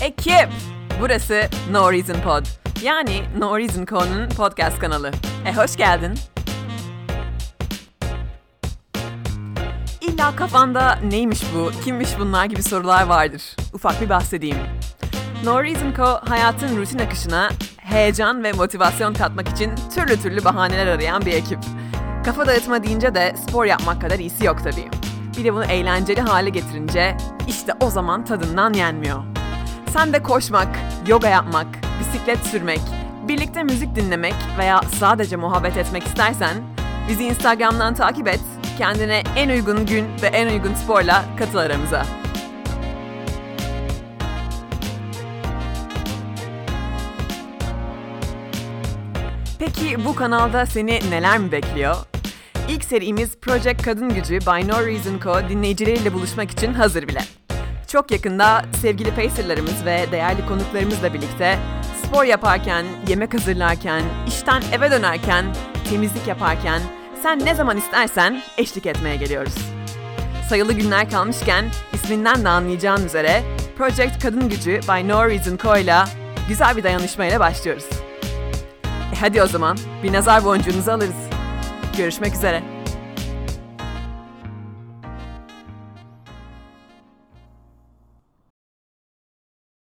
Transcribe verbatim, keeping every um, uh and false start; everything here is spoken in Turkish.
Ekip! Burası No Reason Pod. Yani No Reason Co'nun podcast kanalı. E hoş geldin. İlla kafanda neymiş bu, kimmiş bunlar gibi sorular vardır. Ufak bir bahsedeyim. No Reason Co. hayatın rutin akışına heyecan ve motivasyon katmak için türlü türlü bahaneler arayan bir ekip. Kafa dağıtma deyince de spor yapmak kadar iyisi yok tabii. Bir de bunu eğlenceli hale getirince işte o zaman tadından yenmiyor. Sen de koşmak, yoga yapmak, bisiklet sürmek, birlikte müzik dinlemek veya sadece muhabbet etmek istersen bizi Instagram'dan takip et, kendine en uygun gün ve en uygun sporla katıl aramıza. Peki bu kanalda seni neler mi bekliyor? İlk serimiz Project Kadın Gücü by No Reason Co. dinleyicileriyle buluşmak için hazır bile. Çok yakında sevgili Pacer'larımız ve değerli konuklarımızla birlikte spor yaparken, yemek hazırlarken, işten eve dönerken, temizlik yaparken, sen ne zaman istersen eşlik etmeye geliyoruz. Sayılı günler kalmışken isminden de anlayacağın üzere Project Kadın Gücü by No Reason Co. ile güzel bir dayanışmayla başlıyoruz. E hadi o zaman bir nazar boncuğunuzu alırız. Görüşmek üzere.